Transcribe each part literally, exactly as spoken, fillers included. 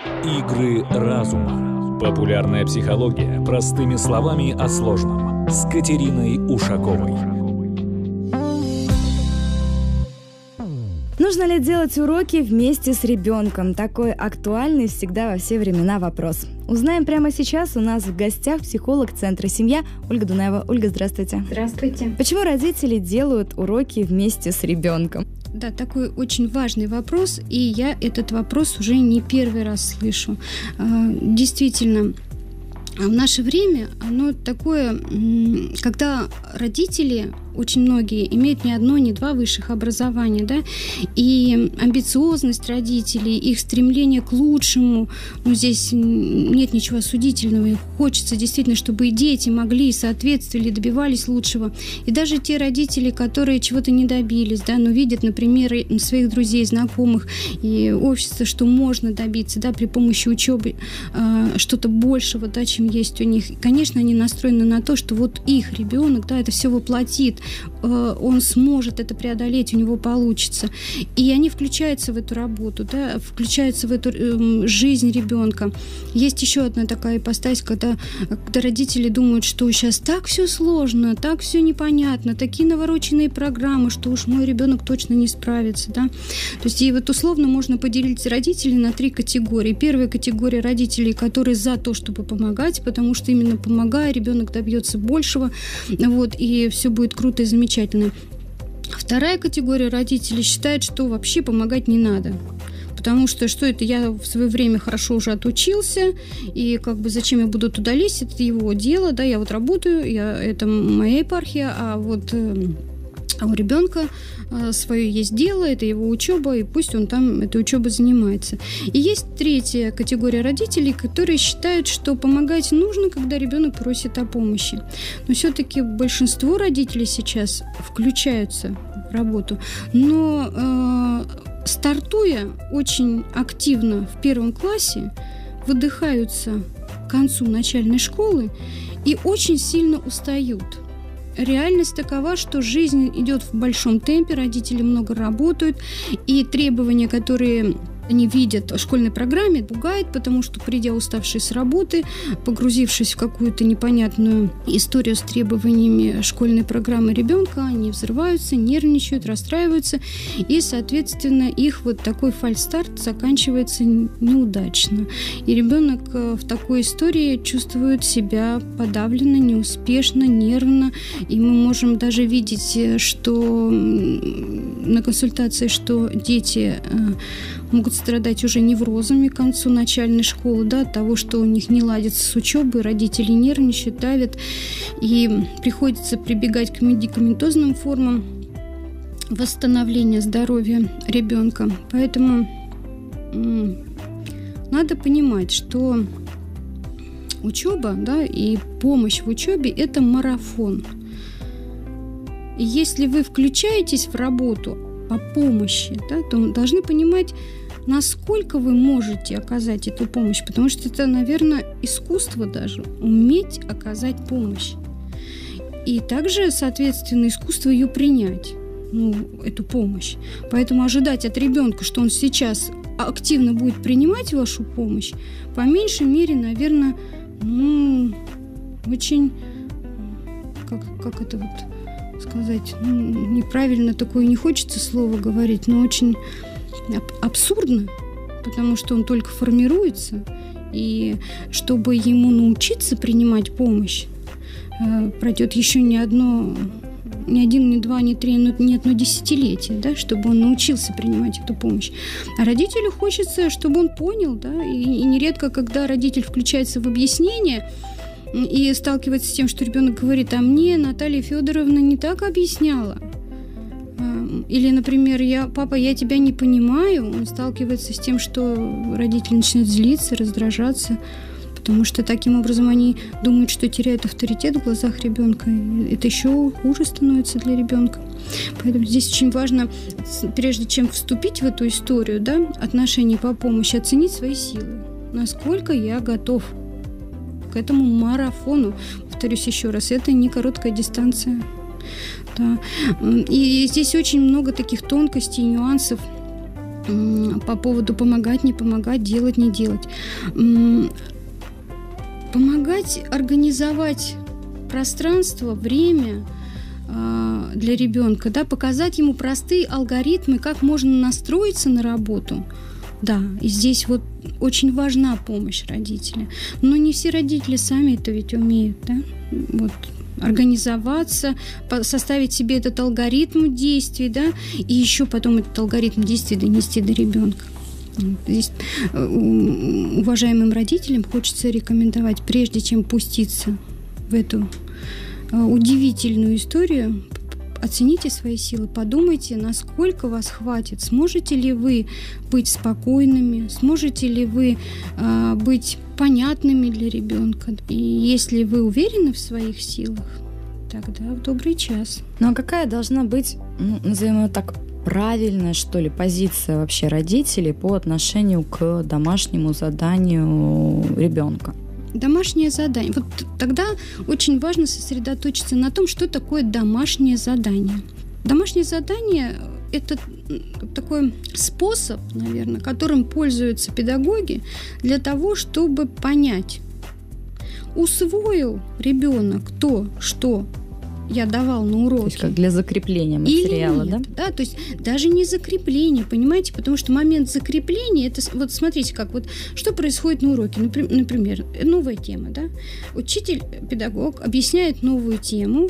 Игры разума. Популярная психология простыми словами о сложном. С Катериной Ушаковой. Нужно ли делать уроки вместе с ребенком? Такой актуальный всегда во все времена вопрос. Узнаем прямо сейчас. У нас в гостях психолог Центра «Семья» Ольга Дунаева. Ольга, здравствуйте. Здравствуйте. Почему родители делают уроки вместе с ребенком? Да, такой очень важный вопрос, и я этот вопрос уже не первый раз слышу. Действительно, в наше время оно такое, когда родители, очень многие, имеют не одно, не два высших образования, да, и амбициозность родителей, их стремление к лучшему, ну, здесь нет ничего осудительного, и хочется действительно, чтобы и дети могли, соответствовали, добивались лучшего. И даже те родители, которые чего-то не добились, да, но видят, например, своих друзей, знакомых и общества, что можно добиться, да, при помощи учебы э, что-то большего, да, чем есть у них. И, конечно, они настроены на то, что вот их ребенок, да, это все воплотит, он сможет это преодолеть, у него получится. И они включаются в эту работу, да, включаются в эту э, жизнь ребенка. Есть еще одна такая ипостась, когда, когда родители думают, что сейчас так все сложно, так все непонятно, такие навороченные программы, что уж мой ребенок точно не справится. Да? То есть и вот условно можно поделить родителей на три категории. Первая категория родителей, которые за то, чтобы помогать, потому что именно помогая, ребенок добьется большего, вот, и все будет круто и замечательно. Вторая категория родителей считает, что вообще помогать не надо. Потому что, что это, я в свое время хорошо уже отучился, и как бы зачем я буду туда лезть, это его дело, да, я вот работаю, я, это моя епархия, а вот а у ребенка свое есть дело, это его учеба, и пусть он там этой учебой занимается. И есть третья категория родителей, которые считают, что помогать нужно, когда ребенок просит о помощи. Но все-таки большинство родителей сейчас включаются в работу, но э, стартуя очень активно в первом классе, выдыхаются к концу начальной школы и очень сильно устают. Реальность такова, что жизнь идет в большом темпе, родители много работают, и требования, которые они видят в школьной программе, пугает, потому что, придя уставшие с работы, погрузившись в какую-то непонятную историю с требованиями школьной программы ребенка, они взрываются, нервничают, расстраиваются, и, соответственно, их вот такой фальстарт заканчивается неудачно. И ребенок в такой истории чувствует себя подавленно, неуспешно, нервно, и мы можем даже видеть, что на консультации, что дети могут страдать уже неврозами к концу начальной школы, да, от того, что у них не ладится с учебой, родители нервничают, давят, и приходится прибегать к медикаментозным формам восстановления здоровья ребенка. Поэтому м- надо понимать, что учеба, да, и помощь в учебе – это марафон. И если вы включаетесь в работу по помощи, да, то должны понимать, насколько вы можете оказать эту помощь, потому что это, наверное, искусство даже, уметь оказать помощь. И также, соответственно, искусство ее принять, ну, эту помощь. Поэтому ожидать от ребенка, что он сейчас активно будет принимать вашу помощь, по меньшей мере, наверное, ну, очень, как, как это вот сказать, ну, неправильно такое не хочется слово говорить, но очень абсурдно, потому что он только формируется, и чтобы ему научиться принимать помощь, пройдет еще не одно, не один, не два, не три, но не одно десятилетие, да, чтобы он научился принимать эту помощь. А родителю хочется, чтобы он понял, да, и, и нередко, когда родитель включается в объяснение и сталкивается с тем, что ребенок говорит: а мне Наталья Федоровна не так объясняла. Или, например, я, папа, я тебя не понимаю. Он сталкивается с тем, что родители начинают злиться, раздражаться, потому что таким образом они думают, что теряют авторитет в глазах ребенка. И это еще хуже становится для ребенка. Поэтому здесь очень важно, прежде чем вступить в эту историю, да, отношений по помощи, оценить свои силы. Насколько я готов к этому марафону. Повторюсь еще раз, это не короткая дистанция. Да. И здесь очень много таких тонкостей, нюансов. по поводу помогать, не помогать, делать, не делать. Помогать организовать пространство, время для ребенка, да, показать ему простые алгоритмы, как можно настроиться на работу. Да, и здесь вот очень важна помощь родителя. Но не все родители сами это ведь умеют, да, вот, организоваться, составить себе этот алгоритм действий, да, и еще потом этот алгоритм действий донести до ребенка. Здесь уважаемым родителям хочется рекомендовать, прежде чем пуститься в эту удивительную историю, оцените свои силы, подумайте, насколько вас хватит, сможете ли вы быть спокойными, сможете ли вы э, быть понятными для ребенка. И если вы уверены в своих силах, тогда в добрый час. Ну а какая должна быть, ну, назовем ее так, правильная, что ли, позиция вообще родителей по отношению к домашнему заданию ребенка? Домашнее задание. Вот тогда очень важно сосредоточиться на том, что такое домашнее задание. Домашнее задание – это такой способ, наверное, которым пользуются педагоги для того, чтобы понять, усвоил ребенок то, что я давал на уроке. То есть как для закрепления материала, или нет, да? да? То есть даже не закрепление, понимаете? Потому что момент закрепления, это вот смотрите, как вот что происходит на уроке. Например, новая тема, да? Учитель, педагог объясняет новую тему,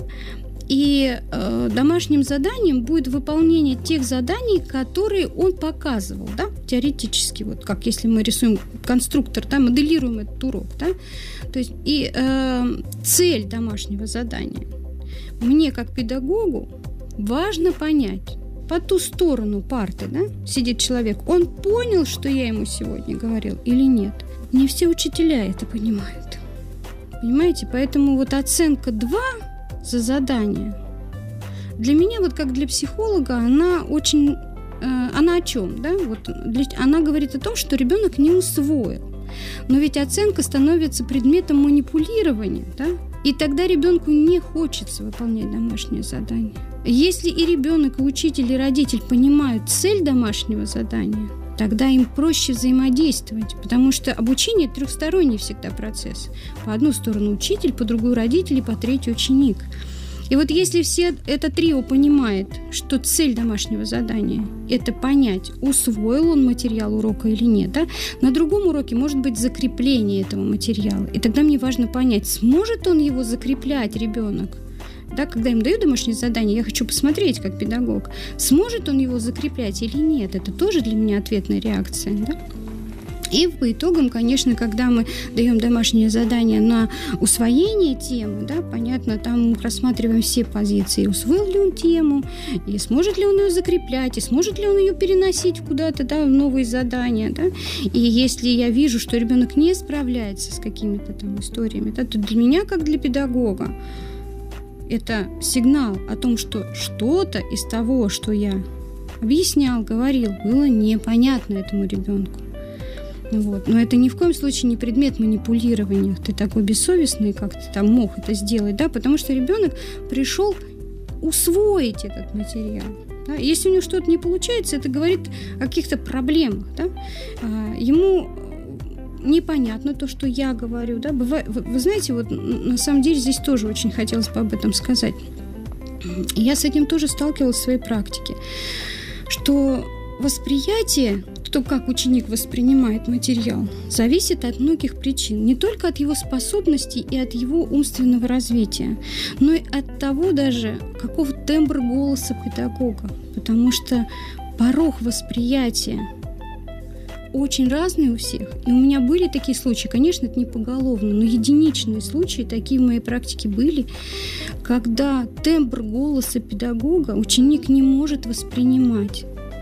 и э, домашним заданием будет выполнение тех заданий, которые он показывал, да? Теоретически, вот как если мы рисуем конструктор, да, моделируем этот урок, да? То есть и э, цель домашнего задания. Мне, как педагогу, важно понять, по ту сторону парты, да, сидит человек, он понял, что я ему сегодня говорил, или нет. Не все учителя это понимают. Понимаете? Поэтому вот оценка два за задание для меня, вот как для психолога, она очень... Э, она о чем? Да? Вот для, она говорит о том, что ребенок не усвоил. Но ведь оценка становится предметом манипулирования, да? И тогда ребенку не хочется выполнять домашнее задание. Если и ребенок, и учитель, и родитель понимают цель домашнего задания, тогда им проще взаимодействовать, потому что обучение – трехсторонний всегда процесс. По одну сторону учитель, по другую родитель, и по третью ученик. И вот если все это трио понимает, что цель домашнего задания – это понять, усвоил он материал урока или нет, да? На другом уроке может быть закрепление этого материала. И тогда мне важно понять, сможет он его закреплять, ребенок. Да, когда им дают домашнее задание, я хочу посмотреть, как педагог, сможет он его закреплять или нет. Это тоже для меня ответная реакция, да? И по итогам, конечно, когда мы даем домашнее задание на усвоение темы, да, понятно, там мы рассматриваем все позиции. Усвоил ли он тему, и сможет ли он ее закреплять, и сможет ли он ее переносить куда-то, да, в новые задания, да. И если я вижу, что ребенок не справляется с какими-то там историями, да, то для меня, как для педагога, это сигнал о том, что что-то из того, что я объяснял, говорил, было непонятно этому ребенку. Вот. Но это ни в коем случае не предмет манипулирования. Ты такой бессовестный, как ты там мог это сделать, да, потому что ребенок пришел усвоить этот материал. Да? Если у него что-то не получается, это говорит о каких-то проблемах. Да? А, ему непонятно то, что я говорю. Да? Бывает, вы, вы знаете, вот на самом деле здесь тоже очень хотелось бы об этом сказать. И я с этим тоже сталкивалась в своей практике, что восприятие, то, как ученик воспринимает материал, зависит от многих причин. Не только от его способностей и от его умственного развития, но и от того даже, какого тембра голоса педагога. Потому что порог восприятия очень разный у всех. И у меня были такие случаи, конечно, это не поголовно, но единичные случаи, такие в моей практике были, когда тембр голоса педагога ученик не может воспринимать.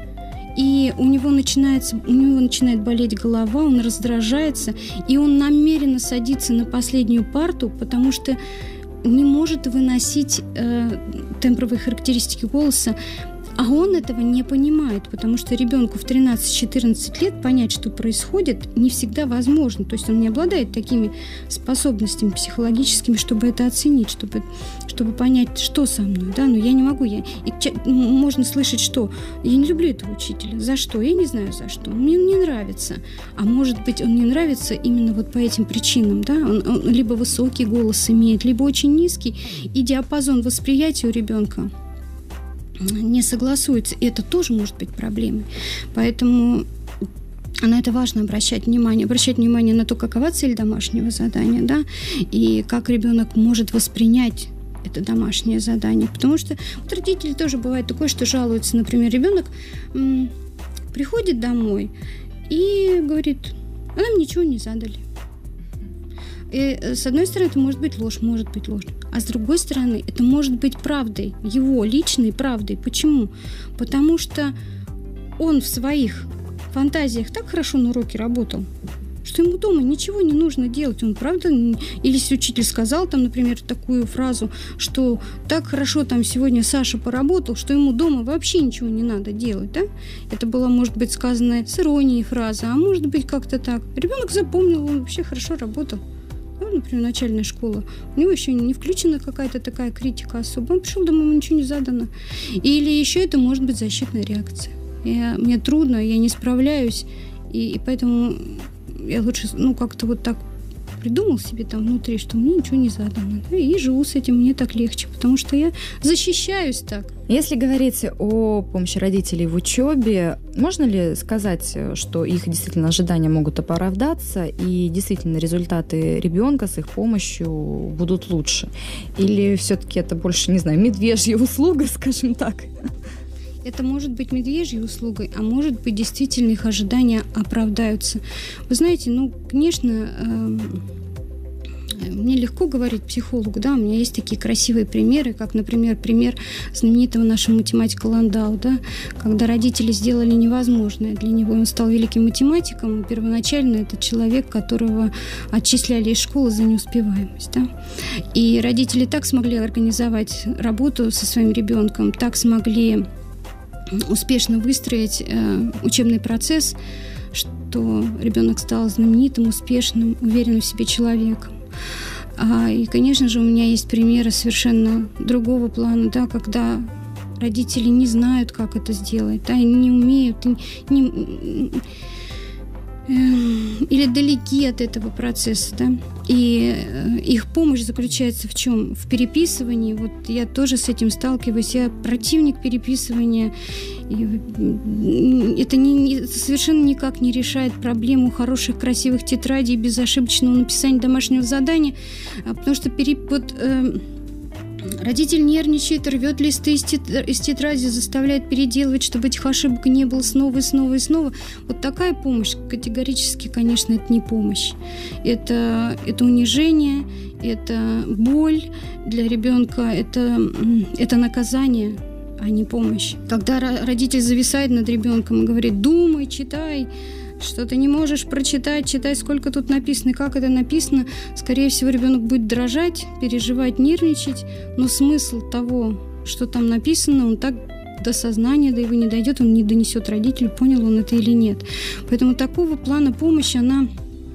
И у него, начинается, у него начинает болеть голова, он раздражается, и он намеренно садится на последнюю парту, потому что не может выносить э, тембровые характеристики голоса А он этого не понимает, потому что ребенку в тринадцать-четырнадцать лет понять, что происходит, не всегда возможно. То есть он не обладает такими способностями психологическими, чтобы это оценить, чтобы, чтобы понять, что со мной. Да? Но я не могу. Я... И можно слышать, что я не люблю этого учителя. За что? Я не знаю, за что. Мне не нравится. А может быть, он не нравится именно вот по этим причинам. Да? Он, он либо высокий голос имеет, либо очень низкий, и диапазон восприятия у ребенка не согласуется. И это тоже может быть проблемой. Поэтому на это важно обращать внимание. Обращать внимание на то, какова цель домашнего задания, да, и как ребенок может воспринять это домашнее задание. Потому что вот родители тоже бывает такое, что жалуются. Например, ребенок м- приходит домой и говорит: а нам ничего не задали. И, с одной стороны, это может быть ложь, может быть ложь. А с другой стороны, это может быть правдой, его личной правдой. Почему? Потому что он в своих фантазиях так хорошо на уроке работал, что ему дома ничего не нужно делать. Он, правда, или если учитель сказал, там, например, такую фразу, что так хорошо там сегодня Саша поработал, что ему дома вообще ничего не надо делать, да? Это была, может быть, сказанная с иронией фраза, а может быть, как-то так. Ребенок запомнил, он вообще хорошо работал. Ну, например, начальная школа. У него еще не включена какая-то такая критика особо. Он пришел домой, ему ничего не задано. Или еще это может быть защитная реакция. Я, мне трудно, я не справляюсь, и, и поэтому я лучше, ну, как-то вот так придумал себе там внутри, что мне ничего не задано. Да, и живу с этим, мне так легче, потому что я защищаюсь так. Если говорить о помощи родителей в учебе, можно ли сказать, что их действительно ожидания могут оправдаться и действительно результаты ребенка с их помощью будут лучше? Или все-таки это больше, не знаю, медвежья услуга, скажем так? Это может быть медвежьей услугой, а может быть, действительно их ожидания оправдаются. Вы знаете, ну, конечно, э, мне легко говорить психологу, да, у меня есть такие красивые примеры, как, например, пример знаменитого нашего математика Ландау, да, когда родители сделали невозможное для него, он стал великим математиком, и первоначально это человек, которого отчисляли из школы за неуспеваемость, да, и родители так смогли организовать работу со своим ребенком, так смогли успешно выстроить э, учебный процесс, что ребенок стал знаменитым, успешным, уверенным в себе человеком. А, и, конечно же, у меня есть примеры совершенно другого плана, да, когда родители не знают, как это сделать, да, и не умеют, и не, или далеки от этого процесса, да, и их помощь заключается в чем? В переписывании. Вот я тоже с этим сталкиваюсь, я противник переписывания, и это не, совершенно никак не решает проблему хороших, красивых тетрадей, безошибочного написания домашнего задания, потому что пере, вот, э, родитель нервничает, рвет листы из, тет... из тетради, заставляет переделывать, чтобы этих ошибок не было снова и снова и снова. Вот такая помощь категорически, конечно, это не помощь. Это, это унижение, это боль для ребенка, это, это наказание, а не помощь. Когда родитель зависает над ребенком и говорит: думай, читай, что ты не можешь прочитать, читай, сколько тут написано и как это написано, скорее всего, ребенок будет дрожать, переживать, нервничать, но смысл того, что там написано, он так до сознания, до его не дойдет, он не донесет родителю, понял он это или нет. Поэтому такого плана помощь, она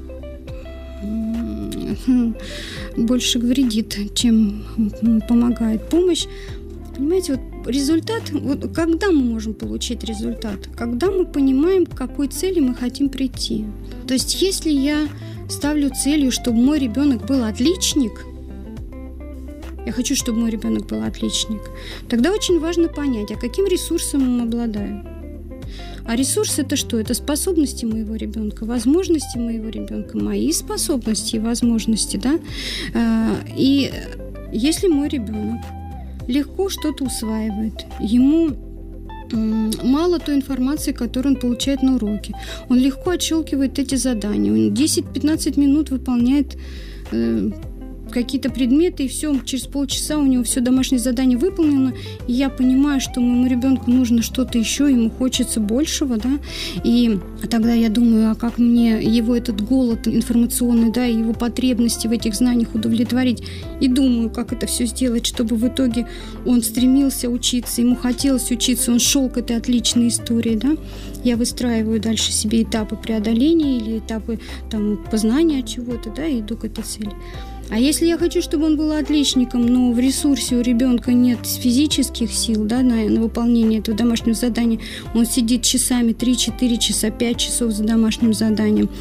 больше вредит, чем помогает. Помощь, понимаете, вот результат, вот когда мы можем получить результат? Когда мы понимаем, к какой цели мы хотим прийти. То есть, если я ставлю целью, чтобы мой ребенок был отличник, я хочу, чтобы мой ребенок был отличник, тогда очень важно понять, а каким ресурсом он обладает. А ресурс — это что? Это способности моего ребенка, возможности моего ребенка, мои способности и возможности, да? И если мой ребенок легко что-то усваивает, ему мало той информации, которую он получает на уроке, он легко отщелкивает эти задания, он десять-пятнадцать минут выполняет э, какие-то предметы, и все, через полчаса у него все домашнее задание выполнено, и я понимаю, что моему ребенку нужно что-то еще, ему хочется большего, да, и тогда я думаю, а как мне его этот голод информационный, да, и его потребности в этих знаниях удовлетворить, и думаю, как это все сделать, чтобы в итоге он стремился учиться, ему хотелось учиться, он шел к этой отличной истории, да, я выстраиваю дальше себе этапы преодоления или этапы там познания чего-то, да, и иду к этой цели. А если я хочу, чтобы он был отличником, но в ресурсе у ребенка нет физических сил, да, на, на выполнение этого домашнего задания, он сидит часами, три-четыре часа, пять часов за домашним заданием.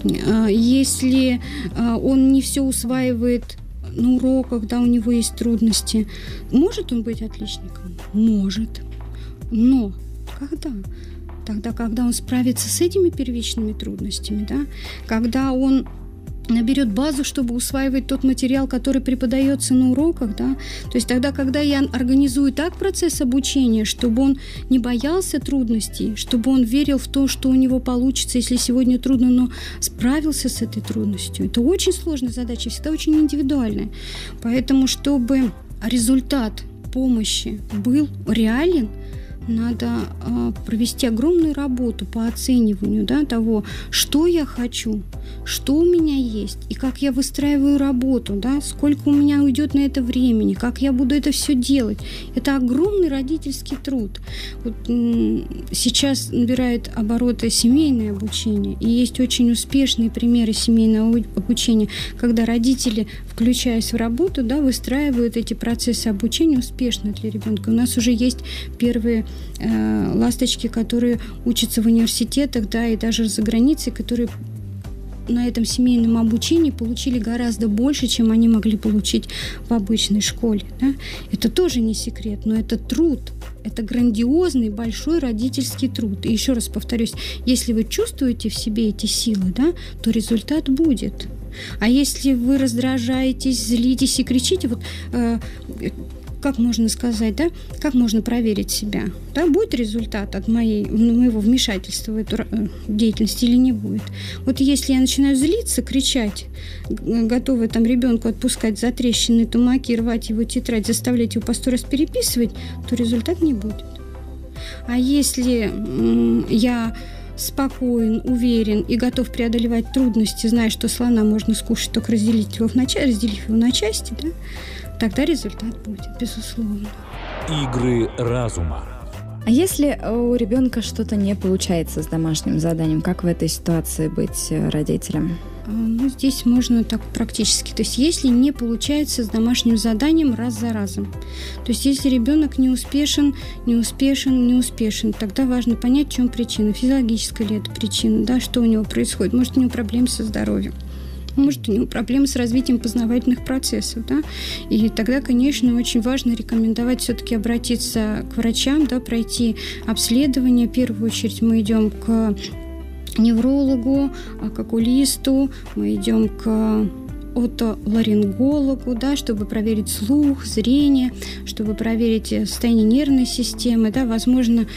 Если он не все усваивает на уроках, да, у него есть трудности, может он быть отличником? Может. Но когда? Тогда, когда он справится с этими первичными трудностями, да, когда он наберет базу, чтобы усваивать тот материал, который преподается на уроках, да, то есть тогда, когда я организую так процесс обучения, чтобы он не боялся трудностей, чтобы он верил в то, что у него получится, если сегодня трудно, но справился с этой трудностью. Это очень сложная задача, всегда очень индивидуальная. Поэтому, чтобы результат помощи был реален, надо э, провести огромную работу по оцениванию, да, того, что я хочу, что у меня есть, и как я выстраиваю работу, да, сколько у меня уйдет на это времени, как я буду это все делать. Это огромный родительский труд. Вот, м- сейчас набирает обороты семейное обучение, и есть очень успешные примеры семейного обучения, когда родители, включаясь в работу, да, выстраивают эти процессы обучения успешно для ребенка. У нас уже есть первые ласточки, которые учатся в университетах, да, и даже за границей, которые на этом семейном обучении получили гораздо больше, чем они могли получить в обычной школе. Да? Это тоже не секрет, но это труд. Это грандиозный, большой родительский труд. И еще раз повторюсь, если вы чувствуете в себе эти силы, да, то результат будет. А если вы раздражаетесь, злитесь и кричите, вот э, как можно сказать, да, как можно проверить себя, да, будет результат от моей, моего вмешательства в эту деятельность или не будет. Вот если я начинаю злиться, кричать, готовая там ребенку отпускать затрещенные тумаки, рвать его тетрадь, заставлять его по сто раз переписывать, то результат не будет. А если м- я спокоен, уверен и готов преодолевать трудности, зная, что слона можно скушать, только разделить его на, разделив его на части, да, тогда результат будет, безусловно. Игры разума. А если у ребенка что-то не получается с домашним заданием, как в этой ситуации быть родителем? Ну, здесь можно так практически. То есть, если не получается с домашним заданием раз за разом. То есть, если ребенок не успешен, не успешен, не успешен, тогда важно понять, в чем причина. Физиологическая ли это причина, да, что у него происходит. Может, у него проблемы со здоровьем. Может, у него проблемы с развитием познавательных процессов, да, и тогда, конечно, очень важно рекомендовать все-таки обратиться к врачам, да, пройти обследование. В первую очередь мы идем к неврологу, к окулисту, мы идем к отоларингологу, да, чтобы проверить слух, зрение, чтобы проверить состояние нервной системы, да, возможно,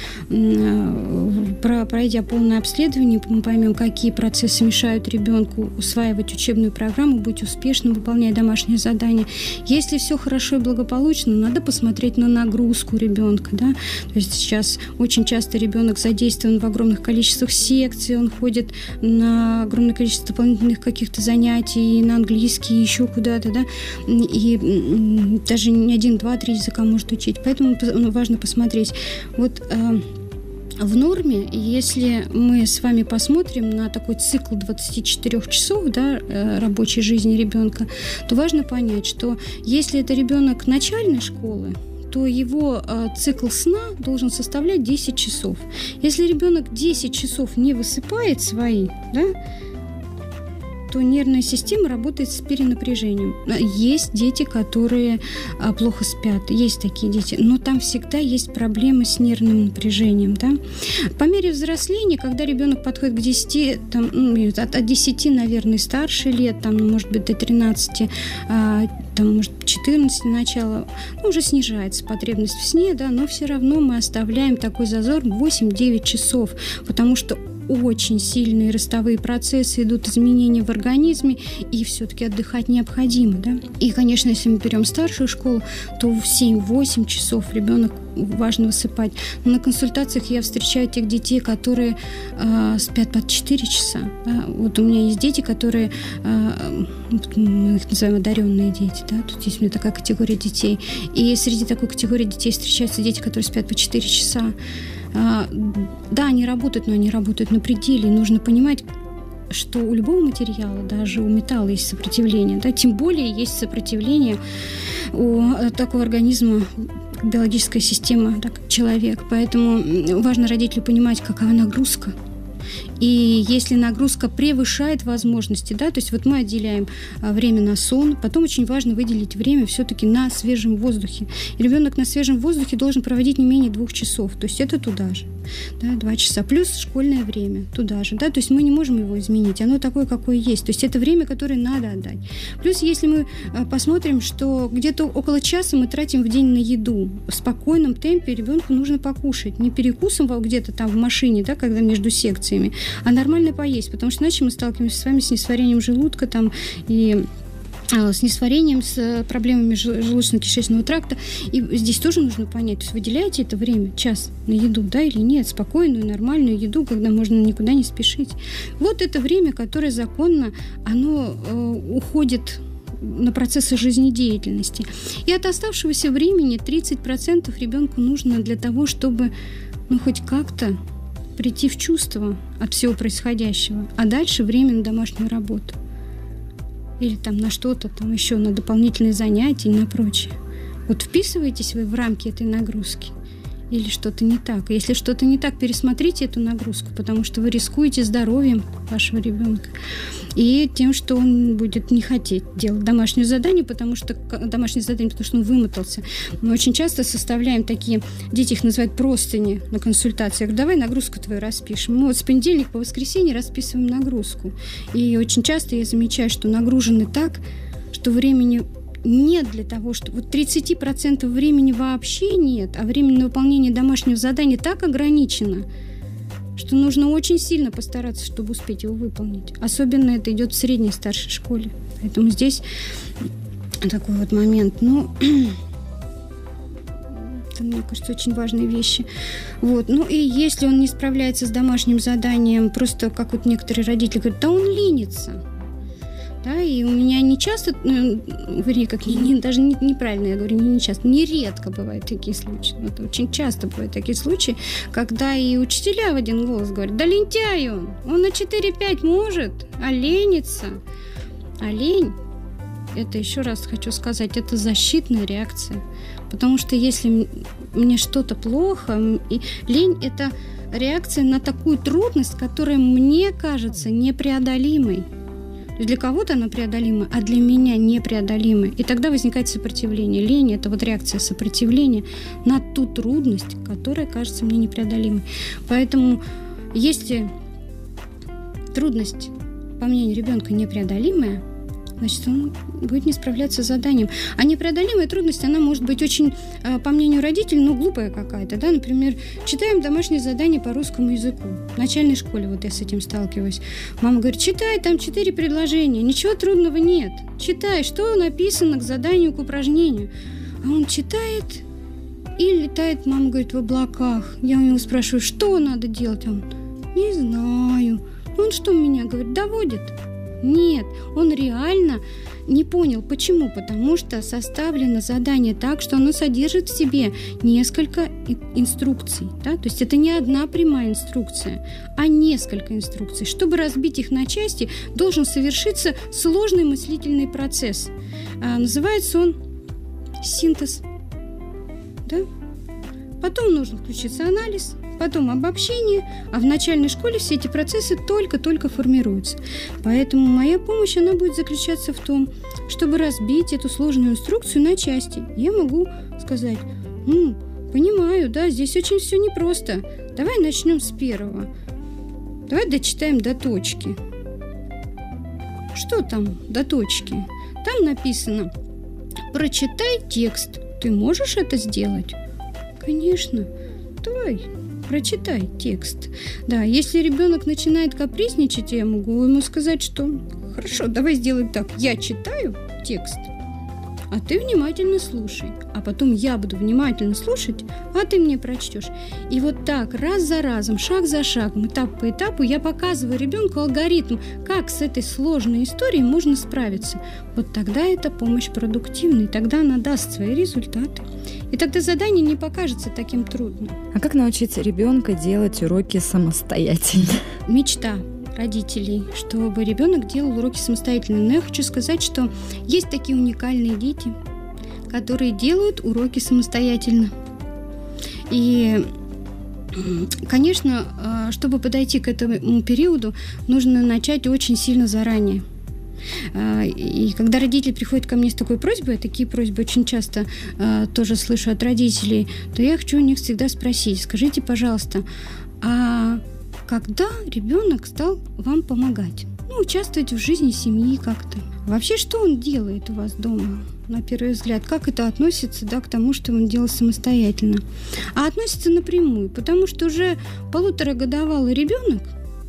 пройдя полное обследование, мы поймем, какие процессы мешают ребенку усваивать учебную программу, быть успешным, выполняя домашнее задание. Если все хорошо и благополучно, надо посмотреть на нагрузку ребенка, да, то есть сейчас очень часто ребенок задействован в огромных количествах секций, он ходит на огромное количество дополнительных каких-то занятий на английском, еще куда-то, да, и даже не один, два, три языка может учить. Поэтому важно посмотреть. Вот э, в норме, если мы с вами посмотрим на такой цикл двадцать четыре часов, да, рабочей жизни ребенка, то важно понять, что если это ребенок начальной школы, то его э, цикл сна должен составлять десять часов. Если ребенок десять часов не высыпает свои, да, то нервная система работает с перенапряжением. Есть дети, которые а, плохо спят, есть такие дети, но там всегда есть проблемы с нервным напряжением. Да? По мере взросления, когда ребенок подходит к десяти, там, ну, от, от десяти, наверное, старше лет, там, ну, может быть, до тринадцати, а, там, может, четырнадцати начала, ну, уже снижается потребность в сне, да, но все равно мы оставляем такой зазор восемь-девять часов, потому что очень сильные ростовые процессы, идут изменения в организме, и все-таки отдыхать необходимо, да. И, конечно, если мы берем старшую школу, то в семь-восемь часов ребенок важно высыпать. Но на консультациях я встречаю тех детей, которые э, спят под четыре часа. Да. Вот у меня есть дети, которые, э, мы их называем одаренные дети, да, тут есть у меня такая категория детей. И среди такой категории детей встречаются дети, которые спят по четыре часа. Э, да, они работают, но они работают на пределе. И нужно понимать, что у любого материала, даже у металла есть сопротивление, да, тем более есть сопротивление у такого организма, как биологическая система, так как человек. Поэтому важно родителю понимать, какова нагрузка. И если нагрузка превышает возможности, да, то есть вот мы отделяем а, время на сон, потом очень важно выделить время все-таки на свежем воздухе. И ребенок на свежем воздухе должен проводить не менее двух часов, то есть это туда же, да, два часа, плюс школьное время туда же, да, то есть мы не можем его изменить, оно такое, какое есть, то есть это время, которое надо отдать. Плюс если мы а, посмотрим, что где-то около часа мы тратим в день на еду, в спокойном темпе ребенку нужно покушать, не перекусом где-то там в машине, да, когда между секциями, а нормально поесть, потому что иначе мы сталкиваемся с вами с несварением желудка там, и а, с несварением, с проблемами желудочно-кишечного тракта. И здесь тоже нужно понять, то есть выделяете это время, час на еду, да, или нет, спокойную, нормальную еду, когда можно никуда не спешить. Вот это время, которое законно, оно э, уходит на процессы жизнедеятельности. И от оставшегося времени тридцать процентов ребенку нужно для того, чтобы, ну, хоть как-то прийти в чувство от всего происходящего, а дальше время на домашнюю работу. Или там на что-то, там еще на дополнительные занятия и на прочее. Вот вписываетесь вы в рамки этой нагрузки или что-то не так? Если что-то не так, пересмотрите эту нагрузку, потому что вы рискуете здоровьем вашего ребенка и тем, что он будет не хотеть делать домашнее задание, потому что домашнее задание, потому что он вымотался. Мы очень часто составляем такие, дети их называют простыни на консультации. Я говорю, давай нагрузку твою распишем. Мы вот с понедельника по воскресенье расписываем нагрузку. И очень часто я замечаю, что нагружены так, что времени нет для того, что вот тридцать процентов времени вообще нет, а время на выполнение домашнего задания так ограничено, что нужно очень сильно постараться, чтобы успеть его выполнить. Особенно это идет в средней и старшей школе. Поэтому здесь такой вот момент. Ну, это, мне кажется, очень важные вещи. Вот. Ну и если он не справляется с домашним заданием, просто как вот некоторые родители говорят, да он ленится. Да, и у меня не часто, ну, вернее, как не, не, даже не, неправильно я говорю, не, не часто, нередко бывают такие случаи. Это очень часто бывают такие случаи, когда и учителя в один голос говорят, да лентяй он, он на четыре-пять может, а ленится. А лень, это еще раз хочу сказать, это защитная реакция. Потому что если мне что-то плохо, и лень – это реакция на такую трудность, которая мне кажется непреодолимой. Для кого-то она преодолима, а для меня непреодолима. И тогда возникает сопротивление. Лень – это вот реакция сопротивления на ту трудность, которая кажется мне непреодолимой. Поэтому если трудность, по мнению ребенка, непреодолимая, значит, он будет не справляться с заданием. А непреодолимая трудность, она может быть очень, по мнению родителей, ну, глупая какая-то, да, например, читаем домашнее задание по русскому языку. В начальной школе вот я с этим сталкиваюсь. Мама говорит, читай, там четыре предложения, ничего трудного нет. Читай, что написано к заданию, к упражнению. А он читает и летает, мама говорит, в облаках. Я у него спрашиваю, что надо делать? А он, не знаю. Он что меня говорит, доводит? Нет, он реально не понял. Почему? Потому что составлено задание так, что оно содержит в себе несколько инструкций. Да? То есть это не одна прямая инструкция, а несколько инструкций. Чтобы разбить их на части, должен совершиться сложный мыслительный процесс. А, называется он синтез. Да? Потом нужно включиться анализ, потом обобщение, а в начальной школе все эти процессы только-только формируются. Поэтому моя помощь, она будет заключаться в том, чтобы разбить эту сложную инструкцию на части. Я могу сказать, ну, понимаю, да, здесь очень все непросто. Давай начнем с первого. Давай дочитаем до точки. Что там до точки? Там написано, прочитай текст. Ты можешь это сделать? Конечно. Давай. прочитай текст. Да, если ребенок начинает капризничать, я могу ему сказать, что хорошо, давай сделаем так. Я читаю текст, а ты внимательно слушай. А потом я буду внимательно слушать, а ты мне прочтешь. И вот так, раз за разом, шаг за шагом, этап по этапу я показываю ребенку алгоритм, как с этой сложной историей можно справиться. Вот тогда эта помощь продуктивна, и тогда она даст свои результаты. И тогда задание не покажется таким трудным. А как научить ребенка делать уроки самостоятельно? Мечта родителей, чтобы ребенок делал уроки самостоятельно. Но я хочу сказать, что есть такие уникальные дети, которые делают уроки самостоятельно. И, конечно, чтобы подойти к этому периоду, нужно начать очень сильно заранее. И когда родители приходят ко мне с такой просьбой, я такие просьбы очень часто э, тоже слышу от родителей, то я хочу у них всегда спросить: скажите, пожалуйста, а когда ребенок стал вам помогать? Ну, участвовать в жизни семьи как-то. Вообще, что он делает у вас дома, на первый взгляд? Как это относится, да, к тому, что он делал самостоятельно? А относится напрямую, потому что уже полуторагодовалый ребенок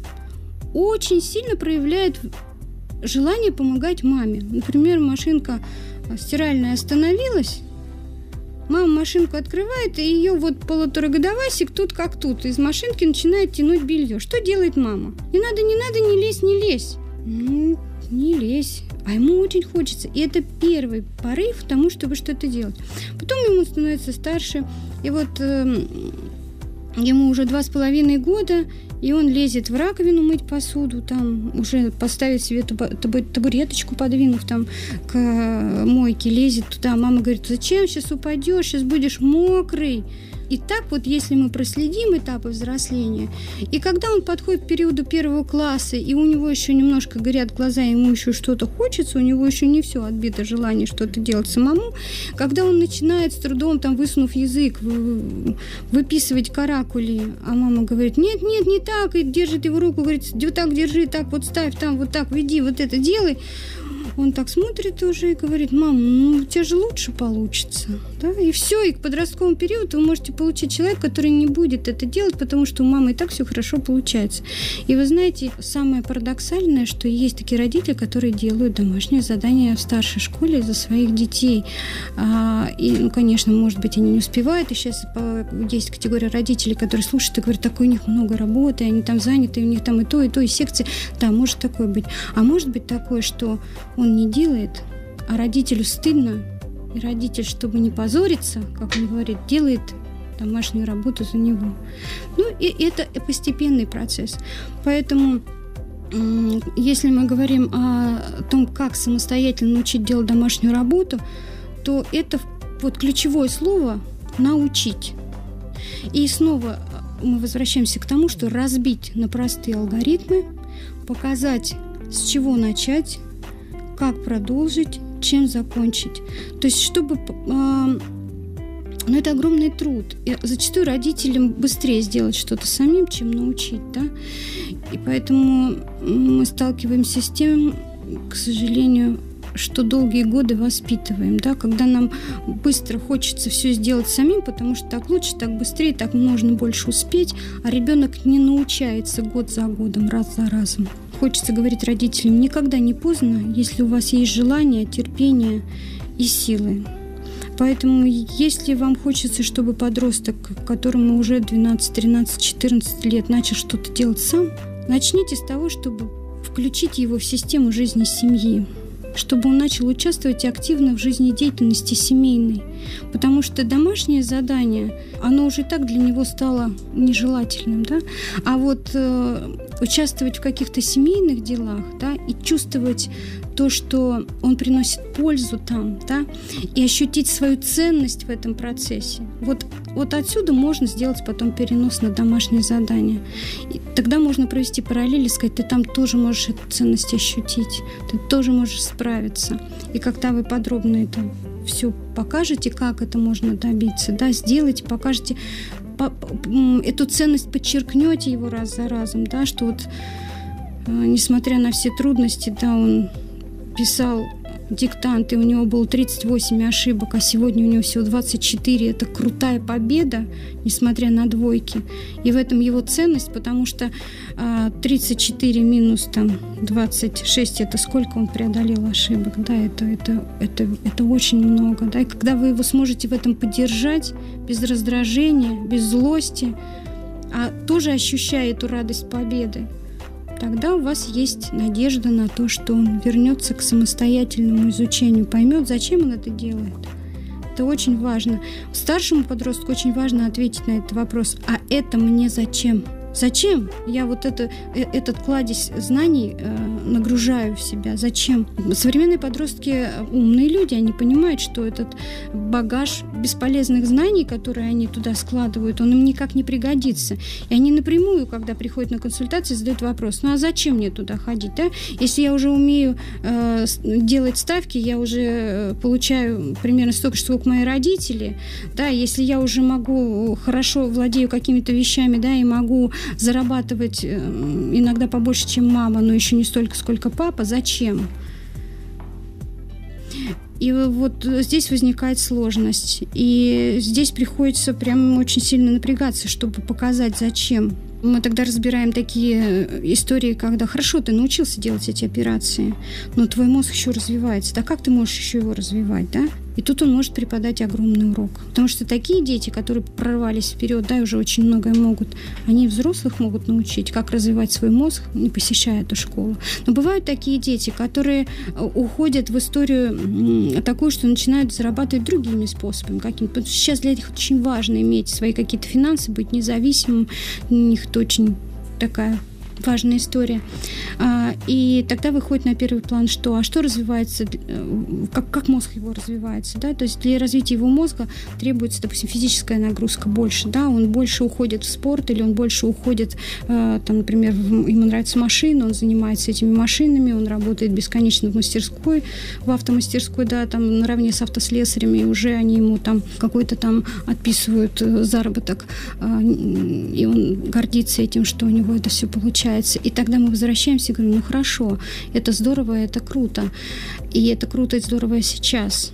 очень сильно проявляет желание помогать маме. Например, машинка стиральная остановилась, мама машинку открывает, и ее вот полуторагодовасик тут как тут из машинки начинает тянуть белье. Что делает мама? Не надо, не надо, не лезь, не лезь. Ну, не лезь. А ему очень хочется. И это первый порыв к тому, чтобы что-то делать. Потом ему становится старше, и вот э, ему уже два с половиной года, и он лезет в раковину мыть посуду, там уже поставить себе табуреточку, подвинув там к мойке, лезет туда. Мама говорит: зачем, сейчас упадешь, сейчас будешь мокрый. И так вот, если мы проследим этапы взросления, и когда он подходит к периоду первого класса, и у него еще немножко горят глаза, ему еще что-то хочется, у него еще не все отбито желание что-то делать самому, когда он начинает с трудом, там, высунув язык, выписывать каракули, а мама говорит: нет, нет, не так, и держит его руку, говорит: вот так держи, так вот ставь, там вот так веди, вот это делай. Он так смотрит уже и говорит: мам, ну у тебя же лучше получится. Да? И все, и к подростковому периоду вы можете получить человека, который не будет это делать, потому что у мамы и так все хорошо получается. И вы знаете, самое парадоксальное, что есть такие родители, которые делают домашнее задание в старшей школе за своих детей. А, и, ну, конечно, может быть, они не успевают. И сейчас есть категория родителей, которые слушают и говорят: так у них много работы, они там заняты, у них там и то, и то, и секции. Да, может такое быть. А может быть такое, что он не делает, а родителю стыдно, и родитель, чтобы не позориться, как он говорит, делает домашнюю работу за него. Ну, и это постепенный процесс. Поэтому, если мы говорим о том, как самостоятельно научить делать домашнюю работу, то это вот ключевое слово «научить». И снова мы возвращаемся к тому, что разбить на простые алгоритмы, показать, с чего начать, как продолжить, чем закончить. То есть, чтобы... Э, ну, это огромный труд. И зачастую родителям быстрее сделать что-то самим, чем научить, да? И поэтому мы сталкиваемся с тем, к сожалению, что долгие годы воспитываем, да, когда нам быстро хочется все сделать самим, потому что так лучше, так быстрее, так можно больше успеть, а ребенок не научается год за годом, раз за разом. Хочется говорить родителям: никогда не поздно, если у вас есть желание, терпение и силы. Поэтому, если вам хочется, чтобы подросток, которому уже двенадцать, тринадцать, четырнадцать лет, начал что-то делать сам, начните с того, чтобы включить его в систему жизни семьи, чтобы он начал участвовать активно в жизнедеятельности семейной. Потому что домашнее задание, оно уже так для него стало нежелательным, да? А вот э, участвовать в каких-то семейных делах, да, и чувствовать то, что он приносит пользу там, да, и ощутить свою ценность в этом процессе. Вот, вот отсюда можно сделать потом перенос на домашнее задание. И тогда можно провести параллель и сказать: ты там тоже можешь эту ценность ощутить, ты тоже можешь справиться. И когда вы подробно это все покажете, как это можно добиться, да, сделайте, покажете, по, эту ценность подчеркнете его раз за разом, да, что вот, э, несмотря на все трудности, да, он писал диктант, и у него было тридцать восемь ошибок, а сегодня у него всего двадцать четыре. Это крутая победа, несмотря на двойки. И в этом его ценность, потому что а, тридцать четыре минус там, двадцать шесть, это сколько он преодолел ошибок? Да, это, это, это, это очень много. Да? И когда вы его сможете в этом поддержать, без раздражения, без злости, а тоже ощущая эту радость победы, тогда у вас есть надежда на то, что он вернется к самостоятельному изучению, поймет, зачем он это делает. Это очень важно. Старшему подростку очень важно ответить на этот вопрос. А это мне зачем? Зачем я вот это, этот кладезь знаний э, нагружаю в себя? Зачем? Современные подростки умные люди, они понимают, что этот багаж бесполезных знаний, которые они туда складывают, он им никак не пригодится. И они напрямую, когда приходят на консультации, задают вопрос: ну а зачем мне туда ходить? Да? Если я уже умею э, делать ставки, я уже получаю примерно столько же, сколько мои родители, да, если я уже могу, хорошо владею какими-то вещами, да, и могу зарабатывать иногда побольше, чем мама, но еще не столько, сколько папа, зачем? И вот здесь возникает сложность. И здесь приходится прям очень сильно напрягаться, чтобы показать, зачем. Мы тогда разбираем такие истории, когда хорошо, ты научился делать эти операции, но твой мозг еще развивается. Да как ты можешь еще его развивать, да? И тут он может преподать огромный урок. Потому что такие дети, которые прорвались вперед, да, и уже очень многое могут, они взрослых могут научить, как развивать свой мозг, не посещая эту школу. Но бывают такие дети, которые уходят в историю такую, что начинают зарабатывать другими способами какими-то. Сейчас для них очень важно иметь свои какие-то финансы, быть независимым. У них это очень такая важная история. И тогда выходит на первый план, что, а что развивается, как, как мозг его развивается, да, то есть для развития его мозга требуется, допустим, физическая нагрузка больше, да, он больше уходит в спорт, или он больше уходит, там, например, ему нравится машина, он занимается этими машинами, он работает бесконечно в мастерской, в автомастерской, да, там, наравне с автослесарями, и уже они ему там какой-то там отписывают заработок, и он гордится этим, что у него это все получается. И тогда мы возвращаемся и говорим: ну хорошо, это здорово, это круто. И это круто и здорово сейчас.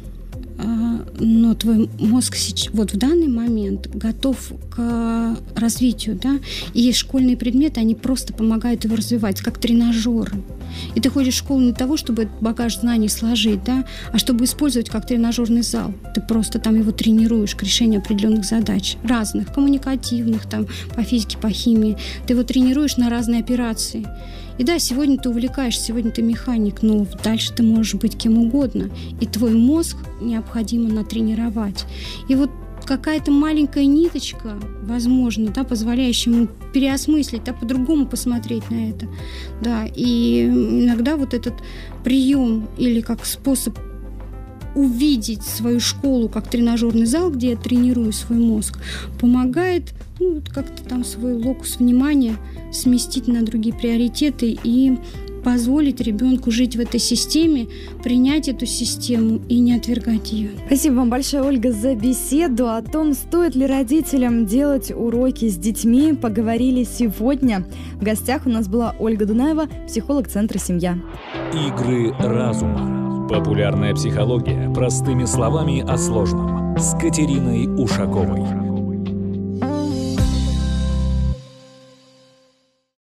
Но твой мозг вот в данный момент готов к развитию, да? И есть школьные предметы, они просто помогают его развивать, как тренажеры. И ты ходишь в школу не для того, чтобы этот багаж знаний сложить, да, а чтобы использовать как тренажерный зал. Ты просто там его тренируешь к решению определенных задач, разных, коммуникативных, там, по физике, по химии. Ты его тренируешь на разные операции. И да, сегодня ты увлекаешься, сегодня ты механик, но дальше ты можешь быть кем угодно. И твой мозг необходимо натренировать. И вот какая-то маленькая ниточка, возможно, да, позволяющая ему переосмыслить, да, по-другому посмотреть на это. Да, и иногда вот этот прием или как способ увидеть свою школу как тренажерный зал, где я тренирую свой мозг, помогает, ну, как-то там свой локус внимания сместить на другие приоритеты и позволить ребенку жить в этой системе, принять эту систему и не отвергать ее. Спасибо вам большое, Ольга, за беседу. О том, стоит ли родителям делать уроки с детьми, поговорили сегодня. В гостях у нас была Ольга Дунаева, психолог Центра «Семья». Игры разума. Популярная психология простыми словами о сложном. С Катериной Ушаковой.